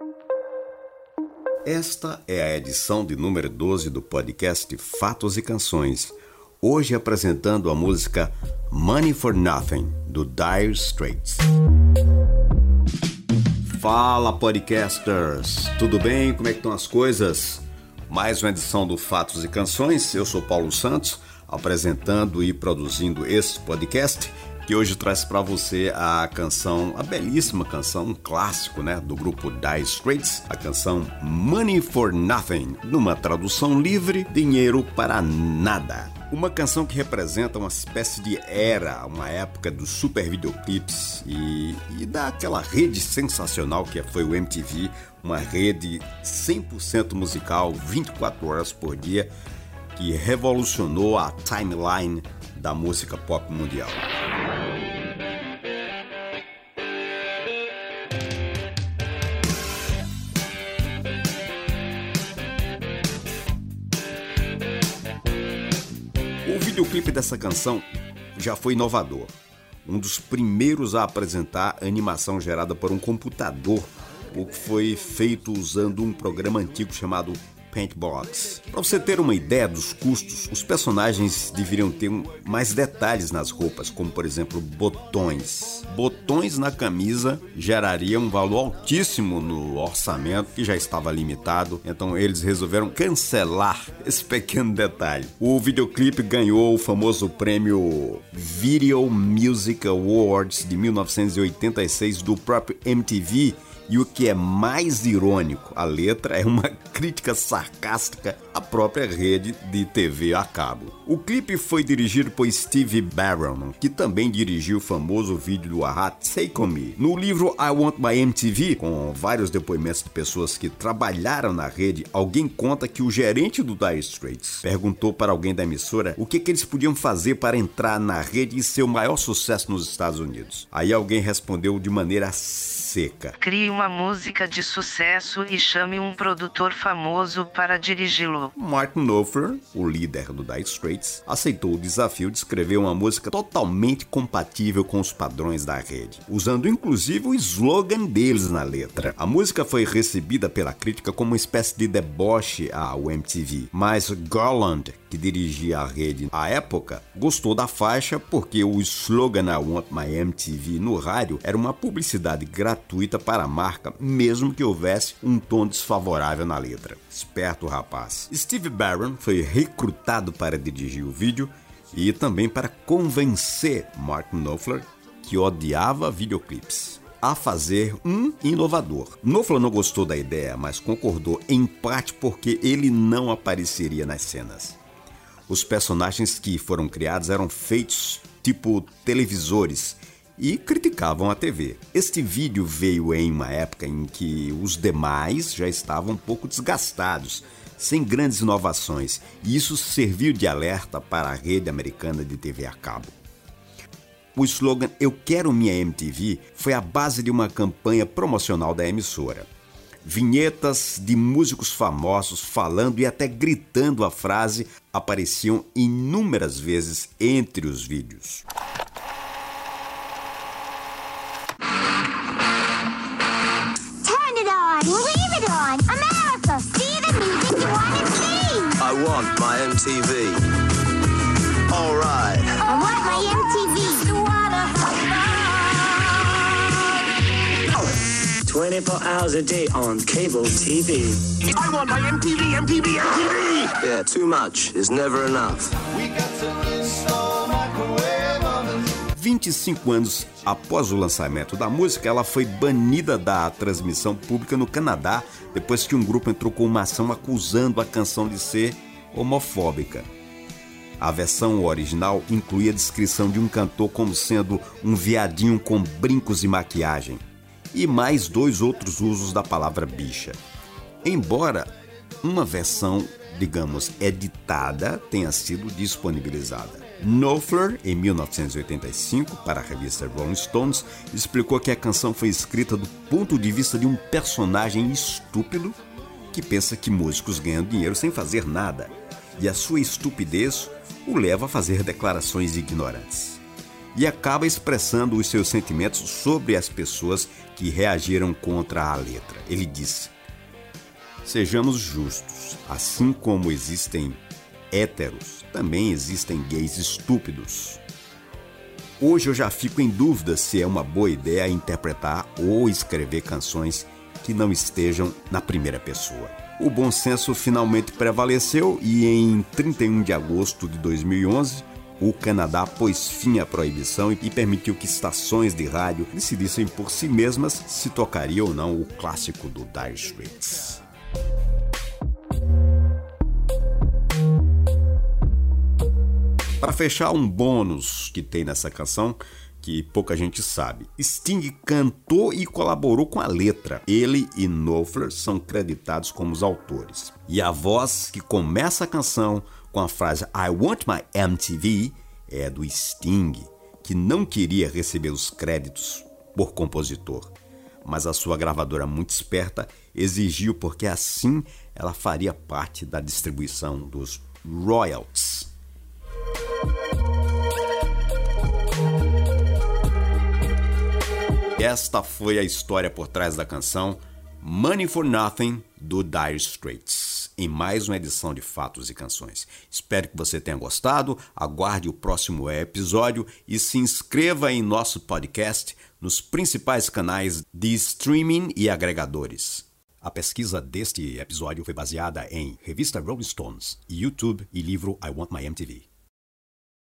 Esta é a edição de número 12 do podcast Fatos e Canções, hoje apresentando a música Money for Nothing, do Dire Straits. Fala, podcasters! Tudo bem? Como é que estão as coisas? Mais uma edição do Fatos e Canções. Eu sou Paulo Santos, apresentando e produzindo este podcast, que hoje traz para você a canção, a belíssima canção, um clássico, do grupo Dire Straits, a canção Money for Nothing, numa tradução livre, dinheiro para nada. Uma canção que representa uma espécie de era, uma época dos super videoclipes e daquela rede sensacional que foi o MTV, uma rede 100% musical, 24 horas por dia, que revolucionou a timeline da música pop mundial. O videoclipe dessa canção já foi inovador, um dos primeiros a apresentar animação gerada por um computador, o que foi feito usando um programa antigo chamado Paintbox. Para você ter uma ideia dos custos, os personagens deveriam ter mais detalhes nas roupas, como por exemplo botões. Botões na camisa gerariam um valor altíssimo no orçamento, que já estava limitado, então eles resolveram cancelar esse pequeno detalhe. O videoclipe ganhou o famoso prêmio Video Music Awards de 1986 do próprio MTV. E o que é mais irônico, a letra é uma crítica sarcástica à própria rede de TV a cabo. O clipe foi dirigido por Steve Barron, que também dirigiu o famoso vídeo do a-ha Take On Me. No livro I Want My MTV, com vários depoimentos de pessoas que trabalharam na rede, alguém conta que o gerente do Dire Straits perguntou para alguém da emissora o que eles podiam fazer para entrar na rede e ser o maior sucesso nos Estados Unidos. Aí alguém respondeu de maneira seca: crie uma música de sucesso e chame um produtor famoso para dirigi-lo. Mark Knopfler, o líder do Dire Straits, aceitou o desafio de escrever uma música totalmente compatível com os padrões da rede, usando inclusive o slogan deles na letra. A música foi recebida pela crítica como uma espécie de deboche ao MTV, mas Garland, que dirigia a rede à época, gostou da faixa porque o slogan I Want My MTV no rádio era uma publicidade gratuita para a marca, mesmo que houvesse um tom desfavorável na letra. Esperto rapaz. Steve Barron foi recrutado para dirigir o vídeo e também para convencer Mark Knopfler, que odiava videoclipes, a fazer um inovador. Knopfler não gostou da ideia, mas concordou em parte porque ele não apareceria nas cenas. Os personagens que foram criados eram feitos tipo televisores e criticavam a TV. Este vídeo veio em uma época em que os demais já estavam um pouco desgastados, sem grandes inovações, e isso serviu de alerta para a rede americana de TV a cabo. O slogan Eu Quero Minha MTV foi a base de uma campanha promocional da emissora. Vinhetas de músicos famosos falando e até gritando a frase apareciam inúmeras vezes entre os vídeos. Leave it on! America! See the music you want to see! I want my MTV. All right. I want my MTV. 24 hours a day on cable TV. I want my MTV, MTV, MTV! Yeah, too much is never enough. We got to install microwave ovens. 25 anos após o lançamento da música, ela foi banida da transmissão pública no Canadá, depois que um grupo entrou com uma ação acusando a canção de ser homofóbica. A versão original incluía a descrição de um cantor como sendo um viadinho com brincos e maquiagem, e mais 2 outros usos da palavra bicha. Embora uma versão, digamos, editada tenha sido disponibilizada. Knopfler, em 1985, para a revista Rolling Stones, explicou que a canção foi escrita do ponto de vista de um personagem estúpido que pensa que músicos ganham dinheiro sem fazer nada, e a sua estupidez o leva a fazer declarações ignorantes. e acaba expressando os seus sentimentos sobre as pessoas que reagiram contra a letra. Ele disse: sejamos justos, assim como existem héteros, também existem gays estúpidos. Hoje eu já fico em dúvida se é uma boa ideia interpretar ou escrever canções que não estejam na primeira pessoa. O bom senso finalmente prevaleceu e em 31 de agosto de 2011, o Canadá pôs fim à proibição e permitiu que estações de rádio decidissem por si mesmas se tocaria ou não o clássico do Dire Straits. Para fechar, um bônus que tem nessa canção, que pouca gente sabe. Sting cantou e colaborou com a letra. Ele e Knopfler são creditados como os autores. E a voz que começa a canção com a frase I want my MTV é do Sting, que não queria receber os créditos por compositor. Mas a sua gravadora, muito esperta, exigiu porque assim ela faria parte da distribuição dos royalties. Esta foi a história por trás da canção Money for Nothing, do Dire Straits, em mais uma edição de Fatos e Canções. Espero que você tenha gostado, aguarde o próximo episódio e se inscreva em nosso podcast nos principais canais de streaming e agregadores. A pesquisa deste episódio foi baseada em revista Rolling Stones, YouTube e livro I Want My MTV.